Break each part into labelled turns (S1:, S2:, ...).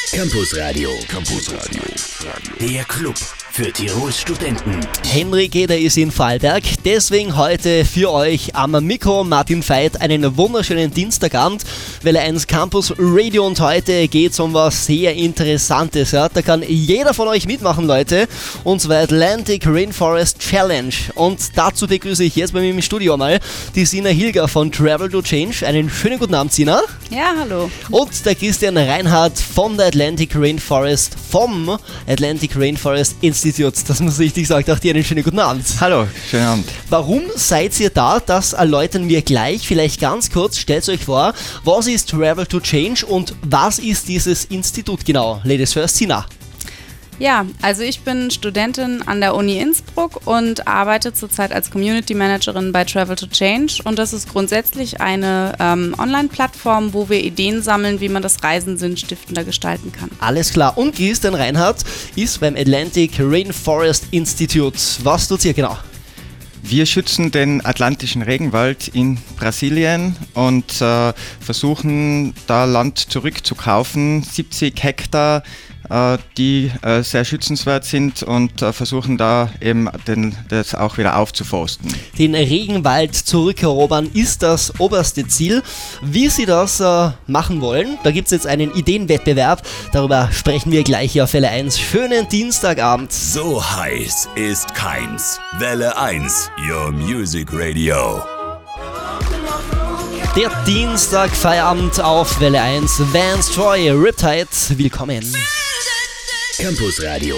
S1: Campus Radio. Der Club für Tirols Studenten.
S2: Henrik Eder ist in Vorarlberg, deswegen heute für euch am Mikro Martin Veit einen wunderschönen Dienstagabend, Welle 1 Campus Radio, und heute geht es um was sehr Interessantes. Ja? Da kann jeder von euch mitmachen, Leute, und zwar Atlantic Rainforest Challenge. Und dazu begrüße ich jetzt bei mir im Studio mal die Sina Hilger von Travel to Change. Einen schönen guten Abend, Sina.
S3: Ja, hallo.
S2: Und der Christian Reinhardt vom Atlantic Rainforest Institute. Das muss richtig sagen. Auch dir einen schönen guten Abend.
S4: Hallo, schönen Abend.
S2: Warum seid ihr da? Das erläutern wir gleich. Vielleicht ganz kurz, stellt euch vor, was ist Travel to Change und was ist dieses Institut genau? Ladies first, Sina.
S3: Ja, also ich bin Studentin an der Uni Innsbruck und arbeite zurzeit als Community Managerin bei Travel to Change, und das ist grundsätzlich eine Online-Plattform, wo wir Ideen sammeln, wie man das Reisen sinnstiftender gestalten kann.
S2: Alles klar. Und Christian Reinhardt ist beim Atlantic Rainforest Institute. Was tut ihr genau?
S4: Wir schützen den atlantischen Regenwald in Brasilien und versuchen da Land zurückzukaufen, 70 Hektar, die sehr schützenswert sind, und versuchen da eben das auch wieder aufzuforsten.
S2: Den Regenwald zurückerobern ist das oberste Ziel. Wie sie das machen wollen, da gibt es jetzt einen Ideenwettbewerb. Darüber sprechen wir gleich hier auf Welle 1. Schönen Dienstagabend.
S1: So heiß ist keins. Welle 1, your music radio.
S2: Der Dienstag Feierabend auf Welle 1. Vance Troy, Riptide, willkommen.
S1: Campus Radio.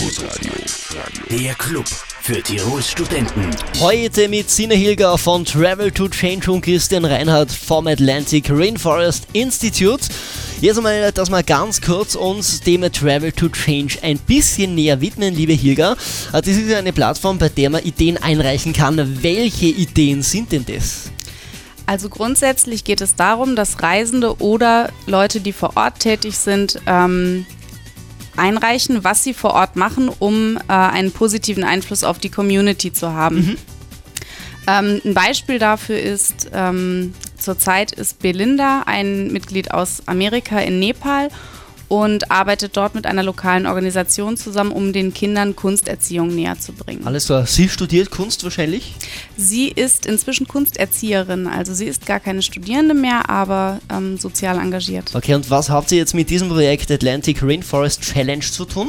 S1: Der Club für Tirols Studenten.
S2: Heute mit Sina Hilger von Travel to Change und Christian Reinhardt vom Atlantic Rainforest Institute. Jetzt einmal, dass wir ganz kurz uns dem Travel to Change ein bisschen näher widmen, liebe Hilger. Das ist ja eine Plattform, bei der man Ideen einreichen kann. Welche Ideen sind denn das?
S3: Also grundsätzlich geht es darum, dass Reisende oder Leute, die vor Ort tätig sind, einreichen, was sie vor Ort machen, um einen positiven Einfluss auf die Community zu haben. Ein Beispiel dafür ist, zurzeit ist Belinda ein Mitglied aus Amerika in Nepal und arbeitet dort mit einer lokalen Organisation zusammen, um den Kindern Kunsterziehung näher zu bringen.
S2: Alles klar. Sie studiert Kunst wahrscheinlich?
S3: Sie ist inzwischen Kunsterzieherin, also sie ist gar keine Studierende mehr, aber sozial engagiert.
S2: Okay, und was habt ihr jetzt mit diesem Projekt Atlantic Rainforest Challenge zu tun?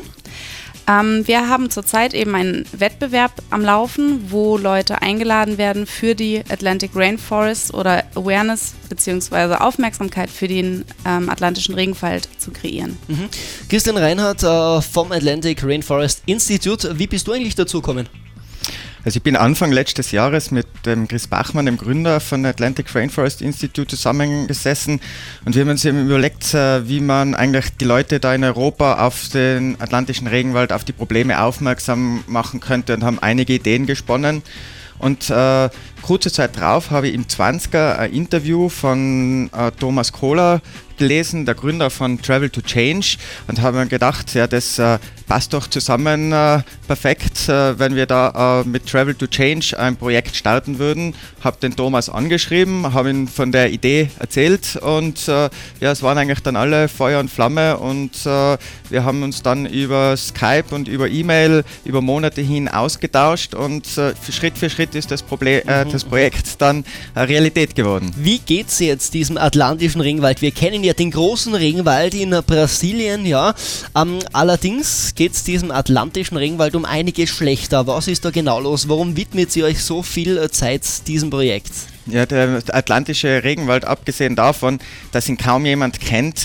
S3: Wir haben zurzeit eben einen Wettbewerb am Laufen, wo Leute eingeladen werden, für die Atlantic Rainforest oder Awareness bzw. Aufmerksamkeit für den atlantischen Regenwald zu kreieren.
S2: Christian Reinhardt vom Atlantic Rainforest Institute. Wie bist du eigentlich dazu gekommen?
S4: Also ich bin Anfang letztes Jahres mit dem Chris Bachmann, dem Gründer von Atlantic Rainforest Institute, zusammengesessen, und wir haben uns eben überlegt, wie man eigentlich die Leute da in Europa auf den atlantischen Regenwald, auf die Probleme aufmerksam machen könnte, und haben einige Ideen gesponnen. Und kurze Zeit drauf habe ich im 20er ein Interview von Thomas Kohler gelesen, der Gründer von Travel to Change, und habe mir gedacht, ja, das passt doch zusammen perfekt, wenn wir da mit Travel to Change ein Projekt starten würden. Habe den Thomas angeschrieben, habe ihm von der Idee erzählt, und ja, es waren eigentlich dann alle Feuer und Flamme, und wir haben uns dann über Skype und über E-Mail über Monate hin ausgetauscht, und Schritt für Schritt ist das Projekt dann Realität geworden.
S2: Wie geht's jetzt diesem atlantischen Regenwald? Wir kennen ja den großen Regenwald in Brasilien, ja. Allerdings geht es diesem atlantischen Regenwald um einiges schlechter. Was ist da genau los? Warum widmet ihr euch so viel Zeit diesem Projekt?
S4: Ja, der atlantische Regenwald, abgesehen davon, dass ihn kaum jemand kennt,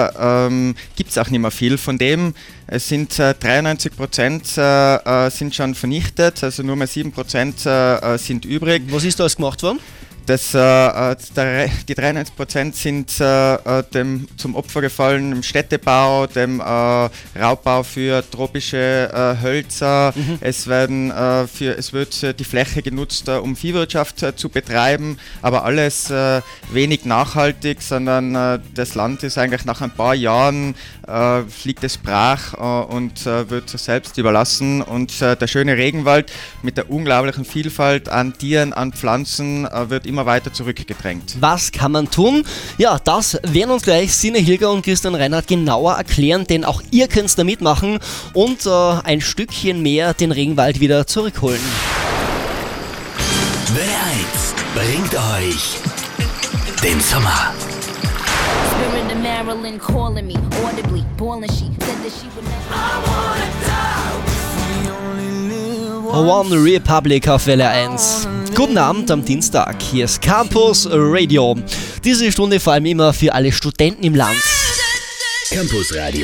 S4: gibt es auch nicht mehr viel von dem. Es sind 93% sind schon vernichtet, also nur mehr 7% sind übrig.
S2: Was ist da alles gemacht worden?
S4: Die 93% sind zum Opfer gefallen im Städtebau, dem Raubbau für tropische Hölzer. Es wird die Fläche genutzt, um Viehwirtschaft zu betreiben, aber alles wenig nachhaltig, sondern das Land ist eigentlich nach ein paar Jahren liegt es brach und wird selbst überlassen. Und der schöne Regenwald mit der unglaublichen Vielfalt an Tieren, an Pflanzen wird immer immer weiter zurückgedrängt.
S2: Was kann man tun? Ja, das werden uns gleich Sina Hilger und Christian Reinhardt genauer erklären, denn auch ihr könnt da mitmachen und ein Stückchen mehr den Regenwald wieder zurückholen.
S1: Welle 1 bringt euch den Sommer.
S5: Spirit of Marilyn calling me audibly, boiling. She said that she would never.
S2: One Republic auf Welle 1. Guten Abend am Dienstag, hier ist Campus Radio. Diese Stunde vor allem immer für alle Studenten im Land.
S1: Campus Radio.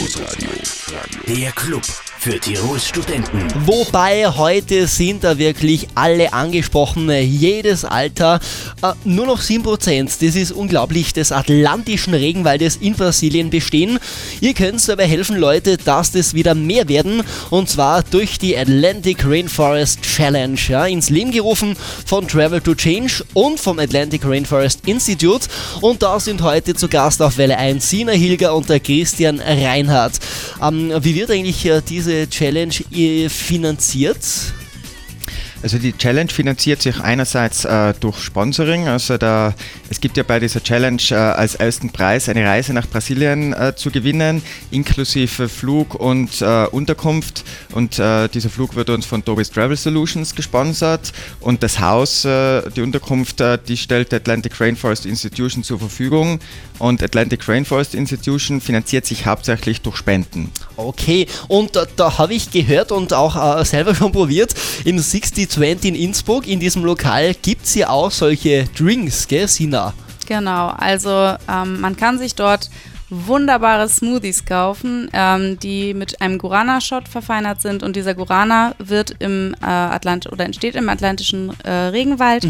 S1: Der Club für Tirols Studenten.
S2: Wobei heute sind da wirklich alle angesprochen, jedes Alter. Nur noch 7%, das ist unglaublich, des atlantischen Regenwaldes in Brasilien bestehen. Ihr könnt dabei helfen, Leute, dass das wieder mehr werden. Und zwar durch die Atlantic Rainforest Challenge. Ja, ins Leben gerufen von Travel to Change und vom Atlantic Rainforest Institute. Und da sind heute zu Gast auf Welle 1 Sina Hilger und der Christian Reinhardt. Wie wird eigentlich diese Challenge finanziert?
S4: Also die Challenge finanziert sich einerseits durch Sponsoring, also es gibt ja bei dieser Challenge als ersten Preis eine Reise nach Brasilien zu gewinnen, inklusive Flug und Unterkunft, und dieser Flug wird uns von Tobis Travel Solutions gesponsert, und das Haus, die Unterkunft, die stellt Atlantic Rainforest Institution zur Verfügung, und Atlantic Rainforest Institution finanziert sich hauptsächlich durch Spenden.
S2: Okay, und da habe ich gehört und auch selber schon probiert, im 60-20 in Innsbruck, in diesem Lokal, gibt es ja auch solche Drinks, gell, Sina?
S3: Genau, also man kann sich dort wunderbare Smoothies kaufen, die mit einem Guarana-Shot verfeinert sind, und dieser Guarana wird entsteht im atlantischen Regenwald.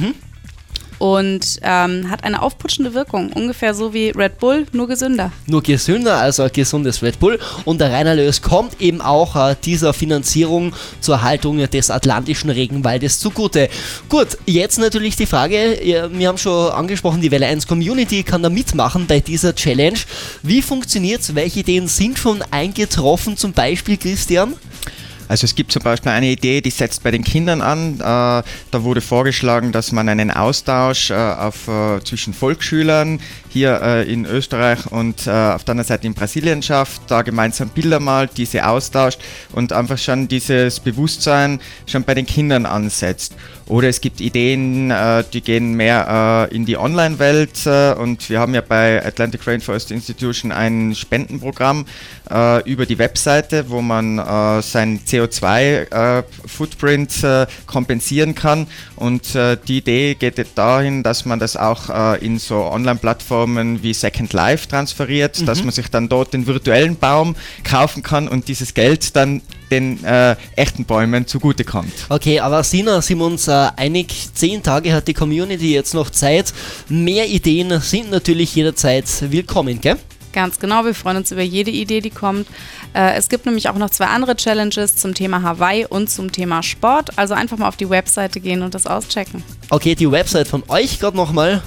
S3: Und hat eine aufputschende Wirkung, ungefähr so wie Red Bull, nur gesünder.
S2: Nur gesünder, also ein gesundes Red Bull. Und der Reinerlös kommt eben auch dieser Finanzierung zur Erhaltung des atlantischen Regenwaldes zugute. Gut, jetzt natürlich die Frage, wir haben schon angesprochen, die Welle 1 Community kann da mitmachen bei dieser Challenge. Wie funktioniert es? Welche Ideen sind schon eingetroffen, zum Beispiel, Christian?
S4: Also es gibt zum Beispiel eine Idee, die setzt bei den Kindern an. Da wurde vorgeschlagen, dass man einen Austausch zwischen Volksschülern hier in Österreich und auf der anderen Seite in Brasilien schafft, da gemeinsam Bilder malt, diese austauscht und einfach schon dieses Bewusstsein schon bei den Kindern ansetzt. Oder es gibt Ideen, die gehen mehr in die Online-Welt, und wir haben ja bei Atlantic Rainforest Institution ein Spendenprogramm über die Webseite, wo man sein CO2-Footprint kompensieren kann, und die Idee geht dahin, dass man das auch in so Online-Plattformen wie Second Life transferiert, dass man sich dann dort den virtuellen Baum kaufen kann und dieses Geld dann den echten Bäumen zugutekommt.
S2: Okay, aber Sina, sind wir uns einig, 10 Tage hat die Community jetzt noch Zeit. Mehr Ideen sind natürlich jederzeit willkommen, gell?
S3: Ganz genau, wir freuen uns über jede Idee, die kommt. Es gibt nämlich auch noch 2 andere Challenges zum Thema Hawaii und zum Thema Sport. Also einfach mal auf die Webseite gehen und das auschecken.
S2: Okay, die Website von euch gerade nochmal.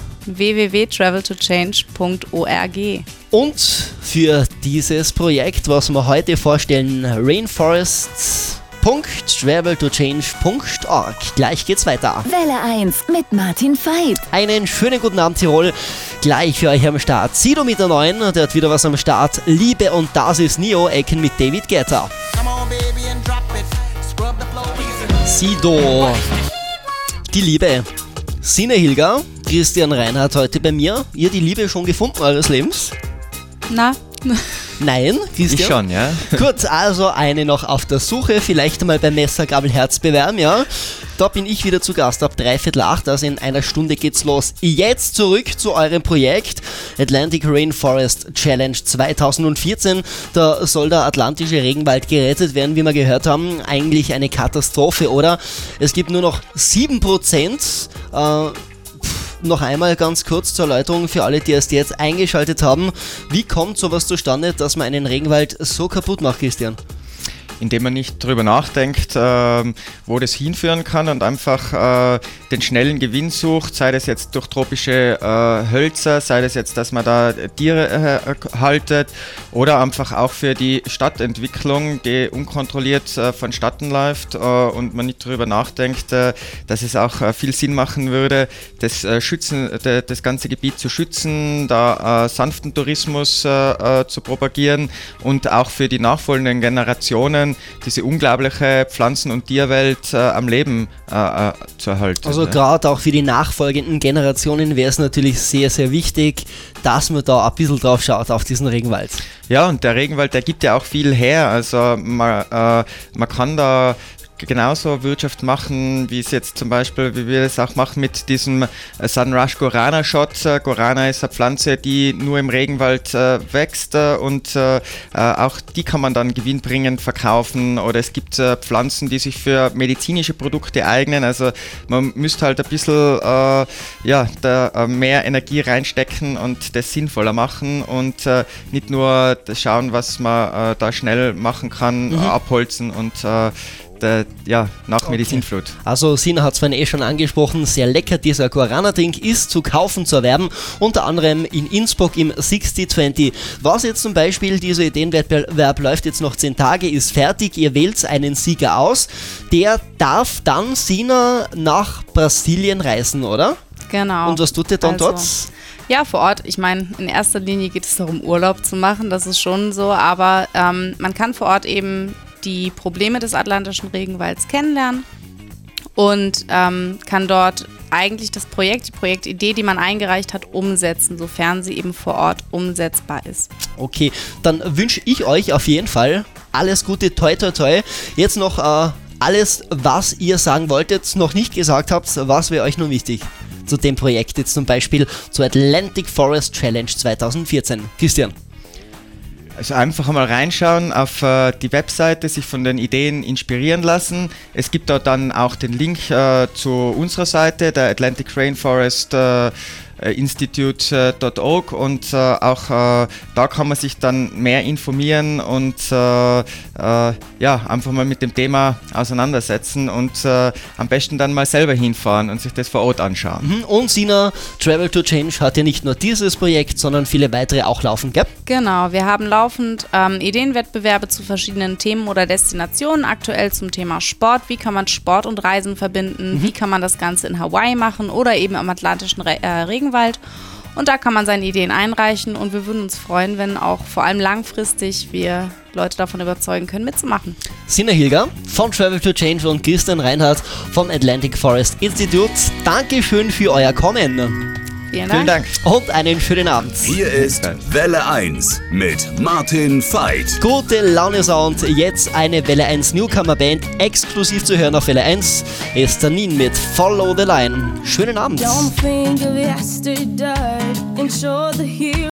S3: www.traveltochange.org.
S2: Und für dieses Projekt, was wir heute vorstellen, rainforests.traveltochange.org. Gleich geht's weiter.
S5: Welle 1 mit Martin Veit.
S2: Einen schönen guten Abend, Tirol. Gleich für euch am Start Sido mit der neuen, der hat wieder was am Start. Liebe, und das ist Neo Ecken mit David Guetta. Sido. Die Liebe. Sina Hilger, Christian Reinhardt heute bei mir. Ihr die Liebe schon gefunden eures Lebens?
S3: Na?
S2: Nein, Christian?
S4: Ich schon, ja.
S2: Gut, also eine noch auf der Suche, vielleicht mal beim Messer, Gabel, Herz bewerben, ja. Da bin ich wieder zu Gast ab 7:45, also in einer Stunde geht's los. Jetzt zurück zu eurem Projekt Atlantic Rainforest Challenge 2014. Da soll der atlantische Regenwald gerettet werden, wie wir gehört haben. Eigentlich eine Katastrophe, oder? Es gibt nur noch 7%. Noch einmal ganz kurz zur Erläuterung für alle, die erst jetzt eingeschaltet haben. Wie kommt sowas zustande, dass man einen Regenwald so kaputt macht, Christian?
S4: indem man nicht drüber nachdenkt, wo das hinführen kann und einfach den schnellen Gewinn sucht, sei das jetzt durch tropische Hölzer, sei das jetzt, dass man da Tiere haltet oder einfach auch für die Stadtentwicklung, die unkontrolliert vonstatten läuft und man nicht drüber nachdenkt, dass es auch viel Sinn machen würde, das ganze Gebiet zu schützen, da sanften Tourismus zu propagieren und auch für die nachfolgenden Generationen diese unglaubliche Pflanzen- und Tierwelt am Leben zu erhalten.
S2: Also gerade auch für die nachfolgenden Generationen wäre es natürlich sehr, sehr wichtig, dass man da ein bisschen drauf schaut, auf diesen Regenwald.
S4: Ja, und der Regenwald, der gibt ja auch viel her. Also man kann da genauso Wirtschaft machen, wie es jetzt zum Beispiel, wie wir das auch machen mit diesem Sunrush Guarana Shot. Guarana ist eine Pflanze, die nur im Regenwald wächst und auch die kann man dann gewinnbringend verkaufen, oder es gibt Pflanzen, die sich für medizinische Produkte eignen. Also man müsste halt ein bisschen da mehr Energie reinstecken und das sinnvoller machen und nicht nur schauen, was man da schnell machen kann, abholzen und nach Medizinflut.
S2: Also Sina hat es vorhin schon angesprochen, sehr lecker, dieser Guarana-Drink ist zu kaufen, zu erwerben, unter anderem in Innsbruck im 60/20. Was jetzt zum Beispiel, dieser Ideenwettbewerb läuft jetzt noch 10 Tage, ist fertig, ihr wählt einen Sieger aus, der darf dann, Sina, nach Brasilien reisen, oder?
S3: Genau.
S2: Und was tut ihr dann dort?
S3: Ja, vor Ort. Ich meine, in erster Linie geht es darum, Urlaub zu machen, das ist schon so, aber man kann vor Ort eben die Probleme des atlantischen Regenwalds kennenlernen und kann dort eigentlich die Projektidee, die man eingereicht hat, umsetzen, sofern sie eben vor Ort umsetzbar ist.
S2: Okay, dann wünsche ich euch auf jeden Fall alles Gute, toi toi toi. Jetzt noch alles, was ihr sagen wolltet, noch nicht gesagt habt, was wäre euch nun wichtig zu dem Projekt, jetzt zum Beispiel zur Atlantic Forest Challenge 2014. Christian.
S4: Also einfach einmal reinschauen auf die Webseite, sich von den Ideen inspirieren lassen. Es gibt dort dann auch den Link zu unserer Seite, der Atlantic Rainforest Institute.org und auch da kann man sich dann mehr informieren und einfach mal mit dem Thema auseinandersetzen und am besten dann mal selber hinfahren und sich das vor Ort anschauen.
S2: Und Sina, Travel to Change hat ja nicht nur dieses Projekt, sondern viele weitere auch laufen, gell?
S3: Genau, wir haben laufend Ideenwettbewerbe zu verschiedenen Themen oder Destinationen, aktuell zum Thema Sport. Wie kann man Sport und Reisen verbinden? Wie kann man das Ganze in Hawaii machen oder eben am atlantischen Regenwald? Und da kann man seine Ideen einreichen und wir würden uns freuen, wenn auch vor allem langfristig wir Leute davon überzeugen können, mitzumachen.
S2: Sina Hilger von Travel to Change und Christian Reinhardt vom Atlantic Forest Institute. Dankeschön für euer Kommen.
S3: Vielen Dank.
S2: Und einen schönen Abend.
S1: Hier ist Welle 1 mit Martin Veit.
S2: Gute Laune Sound, jetzt eine Welle 1 Newcomer Band, exklusiv zu hören auf Welle 1, ist Tanin mit Follow the Line. Schönen Abend.
S6: Don't think of yesterday and show the hero.